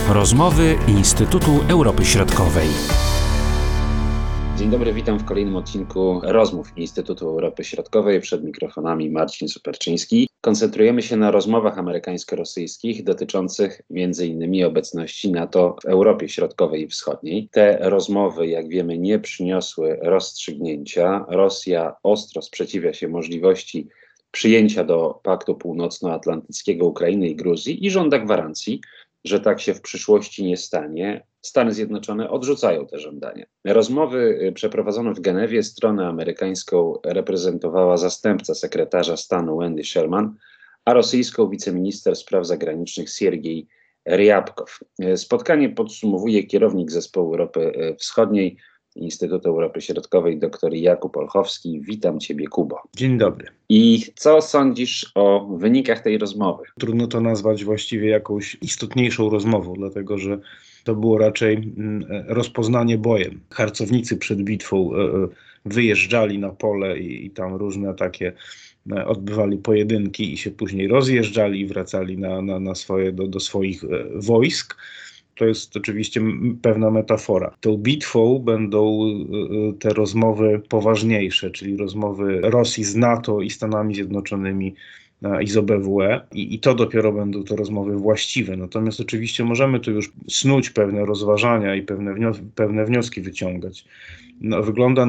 Rozmowy Instytutu Europy Środkowej. Dzień dobry, witam w kolejnym odcinku rozmów Instytutu Europy Środkowej. Przed mikrofonami Marcin Superczyński. Koncentrujemy się na rozmowach amerykańsko-rosyjskich dotyczących m.in. obecności NATO w Europie Środkowej i Wschodniej. Te rozmowy, jak wiemy, nie przyniosły rozstrzygnięcia. Rosja ostro sprzeciwia się możliwości przyjęcia do Paktu Północnoatlantyckiego Ukrainy i Gruzji i żąda gwarancji, że tak się w przyszłości nie stanie. Stany Zjednoczone odrzucają te żądania. Rozmowy przeprowadzono w Genewie. Stronę amerykańską reprezentowała zastępca sekretarza stanu Wendy Sherman, a rosyjską wiceminister spraw zagranicznych Siergiej Ryabkow. Spotkanie podsumowuje kierownik Zespołu Europy Wschodniej Instytutu Europy Środkowej dr Jakub Olchowski. Witam Ciebie, Kubo. Dzień dobry. I co sądzisz o wynikach tej rozmowy? Trudno to nazwać właściwie jakąś istotniejszą rozmową, dlatego że to było raczej rozpoznanie bojem. Harcownicy przed bitwą wyjeżdżali na pole i tam różne takie odbywali pojedynki i się później rozjeżdżali i wracali do swoich wojsk. To jest oczywiście pewna metafora. Tą bitwą będą te rozmowy poważniejsze, czyli rozmowy Rosji z NATO i Stanami Zjednoczonymi i z OBWE i to dopiero będą te rozmowy właściwe. Natomiast oczywiście możemy tu już snuć pewne rozważania i pewne wnioski wyciągać. No, wygląda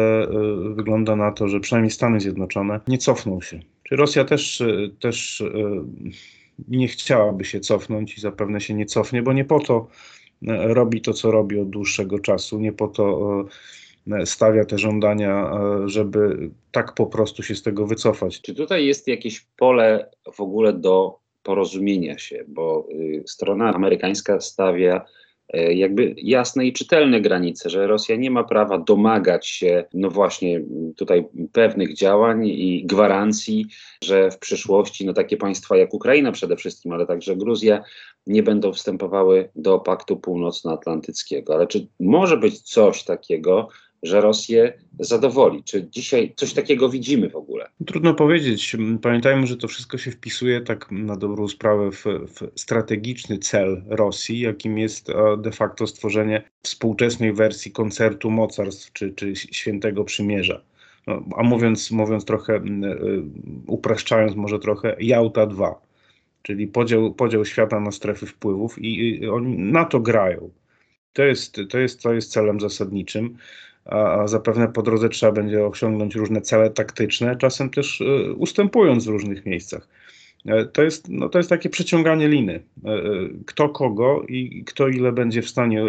na to, że przynajmniej Stany Zjednoczone nie cofną się. Czy Rosja też nie chciałaby się cofnąć i zapewne się nie cofnie, bo nie po to robi to, co robi od dłuższego czasu, nie po to stawia te żądania, żeby tak po prostu się z tego wycofać. Czy tutaj jest jakieś pole w ogóle do porozumienia się, bo strona amerykańska stawia jakby jasne i czytelne granice, że Rosja nie ma prawa domagać się, no właśnie tutaj pewnych działań i gwarancji, że w przyszłości takie państwa jak Ukraina przede wszystkim, ale także Gruzja nie będą wstępowały do Paktu Północnoatlantyckiego. Ale czy może być coś takiego, że Rosję zadowoli? Czy dzisiaj coś takiego widzimy w ogóle? Trudno powiedzieć. Pamiętajmy, że to wszystko się wpisuje tak na dobrą sprawę w strategiczny cel Rosji, jakim jest de facto stworzenie współczesnej wersji koncertu mocarstw czy Świętego Przymierza. No, a mówiąc trochę, upraszczając może trochę, Jałta 2, czyli podział świata na strefy wpływów i oni na to grają. To jest celem zasadniczym. A zapewne po drodze trzeba będzie osiągnąć różne cele taktyczne, czasem też ustępując w różnych miejscach. To jest takie przeciąganie liny. Kto kogo i kto ile będzie w stanie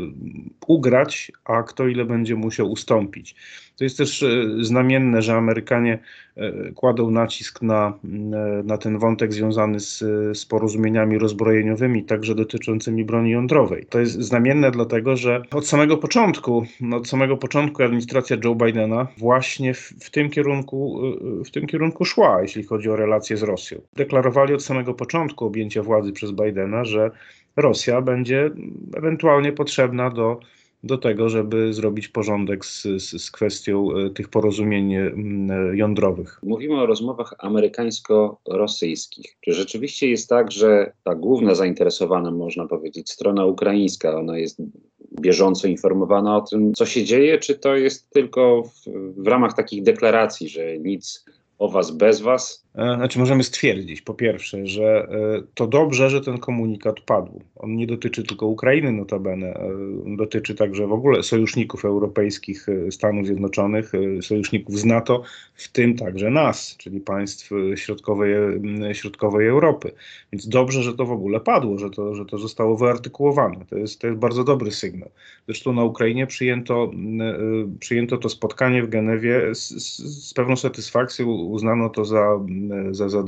ugrać, a kto ile będzie musiał ustąpić. To jest też znamienne, że Amerykanie kładą nacisk na ten wątek związany z porozumieniami rozbrojeniowymi, także dotyczącymi broni jądrowej. To jest znamienne dlatego, że od samego początku administracja Joe Bidena właśnie w tym kierunku szła, jeśli chodzi o relacje z Rosją. Deklarowali od samego początku objęcia władzy przez Bidena, że Rosja będzie ewentualnie potrzebna do tego, żeby zrobić porządek z kwestią tych porozumień jądrowych. Mówimy o rozmowach amerykańsko-rosyjskich. Czy rzeczywiście jest tak, że ta główna zainteresowana, można powiedzieć, strona ukraińska, ona jest bieżąco informowana o tym, co się dzieje, czy to jest tylko w ramach takich deklaracji, że nic o was bez was? Możemy stwierdzić, po pierwsze, że to dobrze, że ten komunikat padł. On nie dotyczy tylko Ukrainy notabene, dotyczy także w ogóle sojuszników europejskich Stanów Zjednoczonych, sojuszników z NATO, w tym także nas, czyli państw środkowej Europy. Więc dobrze, że to w ogóle padło, że to zostało wyartykułowane. To jest bardzo dobry sygnał. Zresztą na Ukrainie przyjęto to spotkanie w Genewie z pewną satysfakcją. Uznano to za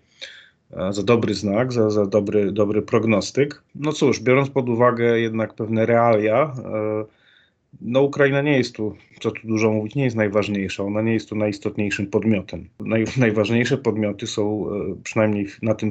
dobry znak, za dobry prognostyk. No cóż, biorąc pod uwagę jednak pewne realia, Ukraina nie jest tu, co tu dużo mówić, nie jest najważniejsza. Ona nie jest tu najistotniejszym podmiotem. Najważniejsze podmioty są, przynajmniej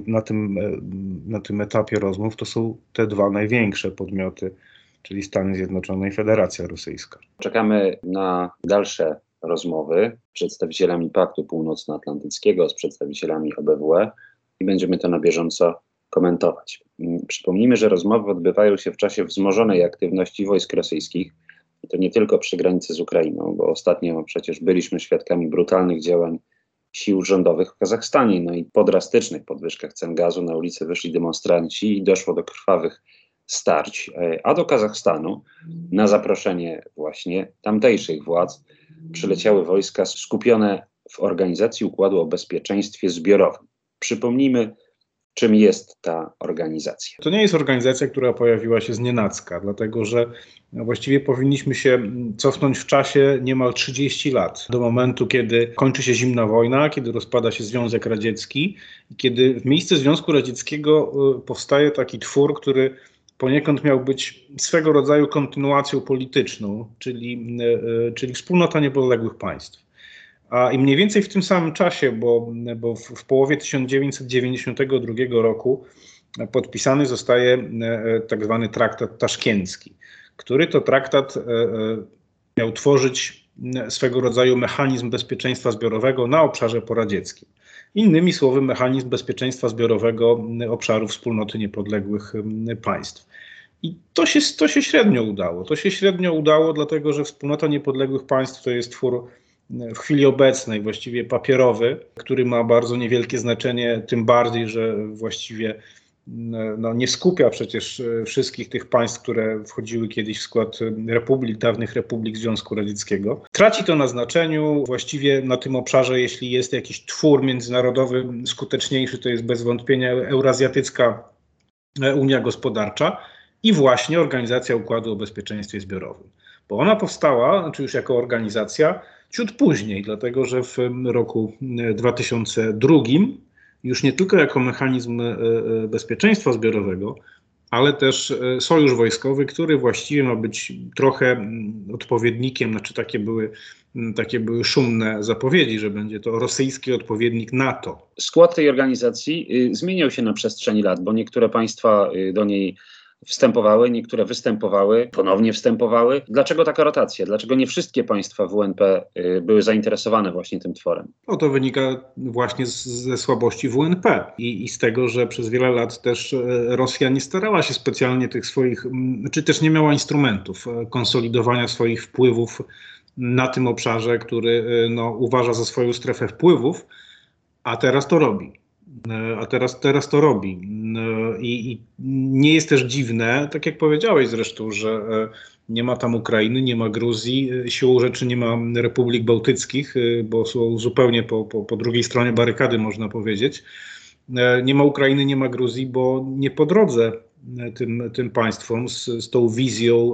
na tym etapie rozmów, to są te dwa największe podmioty, czyli Stany Zjednoczone i Federacja Rosyjska. Czekamy na dalsze rozmowy z przedstawicielami Paktu Północnoatlantyckiego, z przedstawicielami OBWE i będziemy to na bieżąco komentować. Przypomnijmy, że rozmowy odbywają się w czasie wzmożonej aktywności wojsk rosyjskich, i to nie tylko przy granicy z Ukrainą, bo ostatnio przecież byliśmy świadkami brutalnych działań sił rządowych w Kazachstanie. No i po drastycznych podwyżkach cen gazu na ulicy wyszli demonstranci i doszło do krwawych starć. A do Kazachstanu na zaproszenie właśnie tamtejszych władz przyleciały wojska skupione w Organizacji Układu o Bezpieczeństwie Zbiorowym. Przypomnijmy, czym jest ta organizacja. To nie jest organizacja, która pojawiła się znienacka, dlatego że właściwie powinniśmy się cofnąć w czasie niemal 30 lat, do momentu, kiedy kończy się zimna wojna, kiedy rozpada się Związek Radziecki, kiedy w miejsce Związku Radzieckiego powstaje taki twór, który poniekąd miał być swego rodzaju kontynuacją polityczną, czyli Wspólnota Niepodległych Państw. I mniej więcej w tym samym czasie, bo w połowie 1992 roku podpisany zostaje tak zwany traktat taszkencki, który to traktat miał tworzyć swego rodzaju mechanizm bezpieczeństwa zbiorowego na obszarze poradzieckim. Innymi słowy, mechanizm bezpieczeństwa zbiorowego obszaru Wspólnoty Niepodległych Państw. I to się średnio udało. To się średnio udało, dlatego że Wspólnota Niepodległych Państw to jest twór w chwili obecnej właściwie papierowy, który ma bardzo niewielkie znaczenie, tym bardziej, że właściwie nie skupia przecież wszystkich tych państw, które wchodziły kiedyś w skład dawnych republik Związku Radzieckiego. Traci to na znaczeniu. Właściwie na tym obszarze, jeśli jest jakiś twór międzynarodowy skuteczniejszy, to jest bez wątpienia Eurazjatycka Unia Gospodarcza i właśnie Organizacja Układu o Bezpieczeństwie Zbiorowym. Bo ona powstała, znaczy już jako organizacja, ciut później, dlatego że w roku 2002 już nie tylko jako mechanizm bezpieczeństwa zbiorowego, ale też sojusz wojskowy, który właściwie ma być trochę odpowiednikiem, znaczy takie były szumne zapowiedzi, że będzie to rosyjski odpowiednik NATO. Skład tej organizacji zmieniał się na przestrzeni lat, bo niektóre państwa do niej wstępowały, niektóre występowały, ponownie wstępowały. Dlaczego taka rotacja? Dlaczego nie wszystkie państwa WNP były zainteresowane właśnie tym tworem? To wynika właśnie ze słabości WNP i z tego, że przez wiele lat też Rosja nie starała się specjalnie tych swoich, czy też nie miała instrumentów konsolidowania swoich wpływów na tym obszarze, który uważa za swoją strefę wpływów, a teraz to robi. Teraz to robi. I nie jest też dziwne, tak jak powiedziałeś zresztą, że nie ma tam Ukrainy, nie ma Gruzji, siłą rzeczy nie ma Republik Bałtyckich, bo są zupełnie po drugiej stronie barykady, można powiedzieć. Nie ma Ukrainy, nie ma Gruzji, bo nie po drodze tym państwom z tą wizją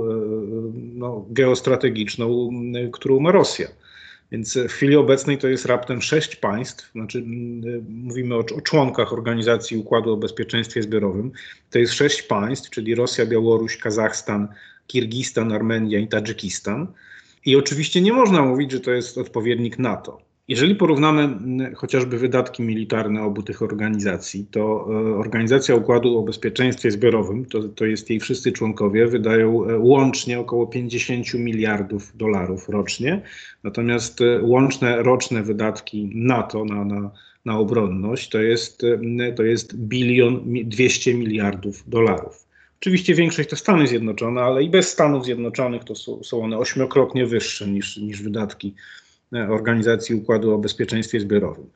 geostrategiczną, którą ma Rosja. Więc w chwili obecnej to jest raptem 6 państw, znaczy mówimy o członkach Organizacji Układu o Bezpieczeństwie Zbiorowym. To jest 6 państw, czyli Rosja, Białoruś, Kazachstan, Kirgistan, Armenia i Tadżykistan. I oczywiście nie można mówić, że to jest odpowiednik NATO. Jeżeli porównamy chociażby wydatki militarne obu tych organizacji, to Organizacja Układu o Bezpieczeństwie Zbiorowym, to jest jej wszyscy członkowie, wydają łącznie około 50 miliardów dolarów rocznie, natomiast łączne roczne wydatki NATO na obronność to jest 1,2 biliona dolarów. Oczywiście większość to Stany Zjednoczone, ale i bez Stanów Zjednoczonych to są one 8-krotnie wyższe niż wydatki Organizacji Układu o Bezpieczeństwie Zbiorowym.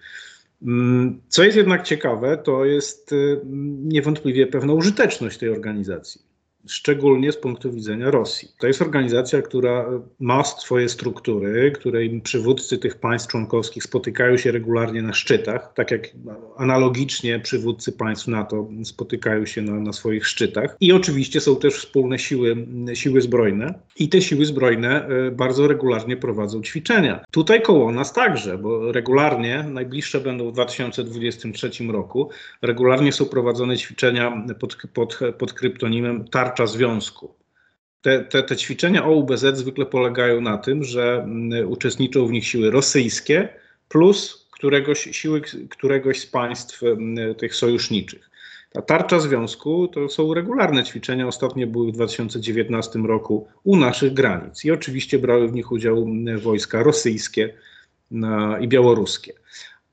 Co jest jednak ciekawe, to jest niewątpliwie pewna użyteczność tej organizacji, szczególnie z punktu widzenia Rosji. To jest organizacja, która ma swoje struktury, której przywódcy tych państw członkowskich spotykają się regularnie na szczytach, tak jak analogicznie przywódcy państw NATO spotykają się na swoich szczytach. I oczywiście są też wspólne siły zbrojne i te siły zbrojne bardzo regularnie prowadzą ćwiczenia. Tutaj koło nas także, bo regularnie, najbliższe będą w 2023 roku, regularnie są prowadzone ćwiczenia pod kryptonimem Tarcza Związku. Te ćwiczenia OUBZ zwykle polegają na tym, że uczestniczą w nich siły rosyjskie plus któregoś z państw tych sojuszniczych. Ta Tarcza Związku to są regularne ćwiczenia, ostatnie były w 2019 roku u naszych granic i oczywiście brały w nich udział wojska rosyjskie i białoruskie.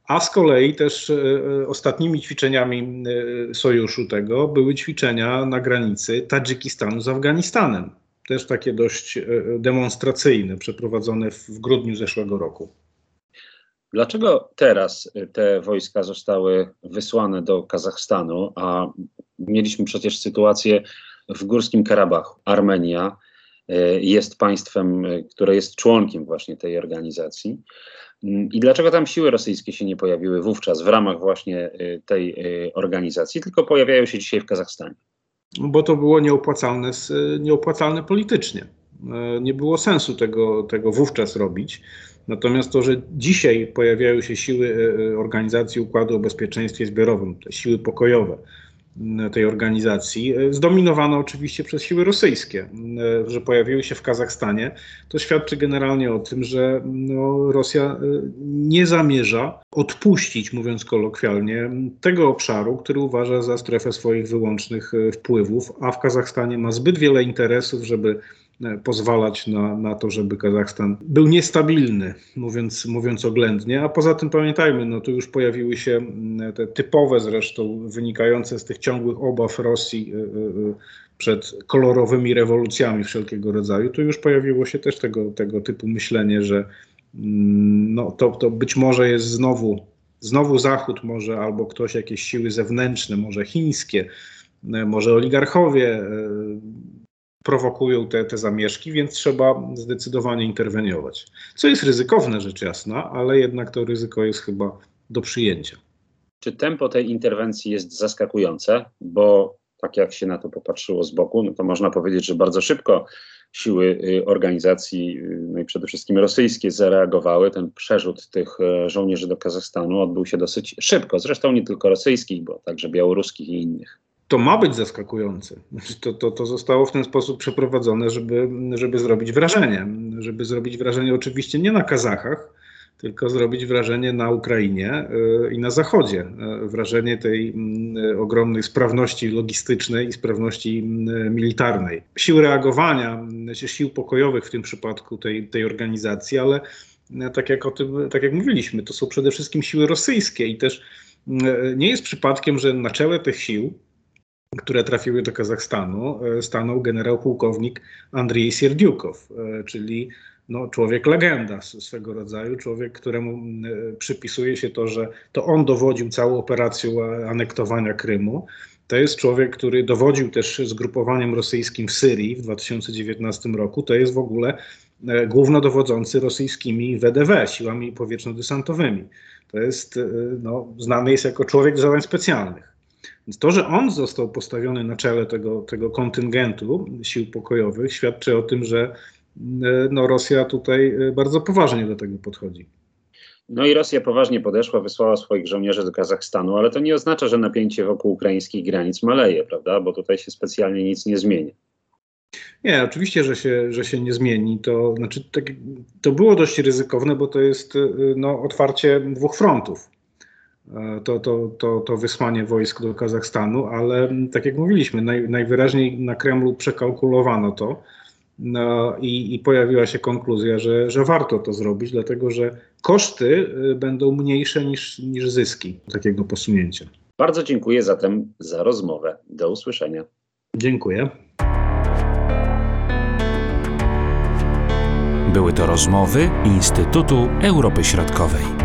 A z kolei też ostatnimi ćwiczeniami sojuszu tego były ćwiczenia na granicy Tadżykistanu z Afganistanem. Też takie dość demonstracyjne, przeprowadzone w grudniu zeszłego roku. Dlaczego teraz te wojska zostały wysłane do Kazachstanu, a mieliśmy przecież sytuację w Górskim Karabachu? Armenia jest państwem, które jest członkiem właśnie tej organizacji. I dlaczego tam siły rosyjskie się nie pojawiły wówczas w ramach właśnie tej organizacji, tylko pojawiają się dzisiaj w Kazachstanie? Bo to było nieopłacalne politycznie. Nie było sensu tego wówczas robić. Natomiast to, że dzisiaj pojawiają się siły Organizacji Układu o Bezpieczeństwie Zbiorowym, te siły pokojowe tej organizacji, zdominowane oczywiście przez siły rosyjskie, że pojawiły się w Kazachstanie, to świadczy generalnie o tym, że Rosja nie zamierza odpuścić, mówiąc kolokwialnie, tego obszaru, który uważa za strefę swoich wyłącznych wpływów, a w Kazachstanie ma zbyt wiele interesów, żeby pozwalać na to, żeby Kazachstan był niestabilny, mówiąc oględnie. A poza tym pamiętajmy, tu już pojawiły się te typowe zresztą, wynikające z tych ciągłych obaw Rosji przed kolorowymi rewolucjami wszelkiego rodzaju. Tu już pojawiło się też tego typu myślenie, że to być może jest znowu Zachód, może albo ktoś, jakieś siły zewnętrzne, może chińskie, może oligarchowie prowokują te zamieszki, więc trzeba zdecydowanie interweniować. Co jest ryzykowne, rzecz jasna, ale jednak to ryzyko jest chyba do przyjęcia. Czy tempo tej interwencji jest zaskakujące? Bo tak jak się na to popatrzyło z boku, to można powiedzieć, że bardzo szybko siły organizacji, no i przede wszystkim rosyjskie, zareagowały. Ten przerzut tych żołnierzy do Kazachstanu odbył się dosyć szybko. Zresztą nie tylko rosyjskich, bo także białoruskich i innych. To ma być zaskakujące. To zostało w ten sposób przeprowadzone, żeby zrobić wrażenie. Żeby zrobić wrażenie oczywiście nie na Kazachach, tylko zrobić wrażenie na Ukrainie i na Zachodzie. Wrażenie tej ogromnej sprawności logistycznej i sprawności militarnej. Sił reagowania, sił pokojowych w tym przypadku tej organizacji, ale tak jak mówiliśmy, to są przede wszystkim siły rosyjskie i też nie jest przypadkiem, że na czele tych sił, które trafiły do Kazachstanu, stanął generał pułkownik Andrzej Sierdiukow, czyli człowiek legenda swego rodzaju, człowiek, któremu przypisuje się to, że to on dowodził całą operacją anektowania Krymu. To jest człowiek, który dowodził też zgrupowaniem rosyjskim w Syrii w 2019 roku. To jest w ogóle głównodowodzący rosyjskimi WDW, siłami powietrzno-desantowymi. To jest, znany jest jako człowiek zadań specjalnych. Więc to, że on został postawiony na czele tego kontyngentu sił pokojowych, świadczy o tym, że Rosja tutaj bardzo poważnie do tego podchodzi. No i Rosja poważnie podeszła, wysłała swoich żołnierzy do Kazachstanu, ale to nie oznacza, że napięcie wokół ukraińskich granic maleje, prawda? Bo tutaj się specjalnie nic nie zmieni. Nie, oczywiście, że się nie zmieni. To było dość ryzykowne, bo to jest otwarcie dwóch frontów. To wysłanie wojsk do Kazachstanu, ale tak jak mówiliśmy, najwyraźniej na Kremlu przekalkulowano to i pojawiła się konkluzja, że warto to zrobić, dlatego że koszty będą mniejsze niż zyski takiego posunięcia. Bardzo dziękuję zatem za rozmowę. Do usłyszenia. Dziękuję. Były to rozmowy Instytutu Europy Środkowej.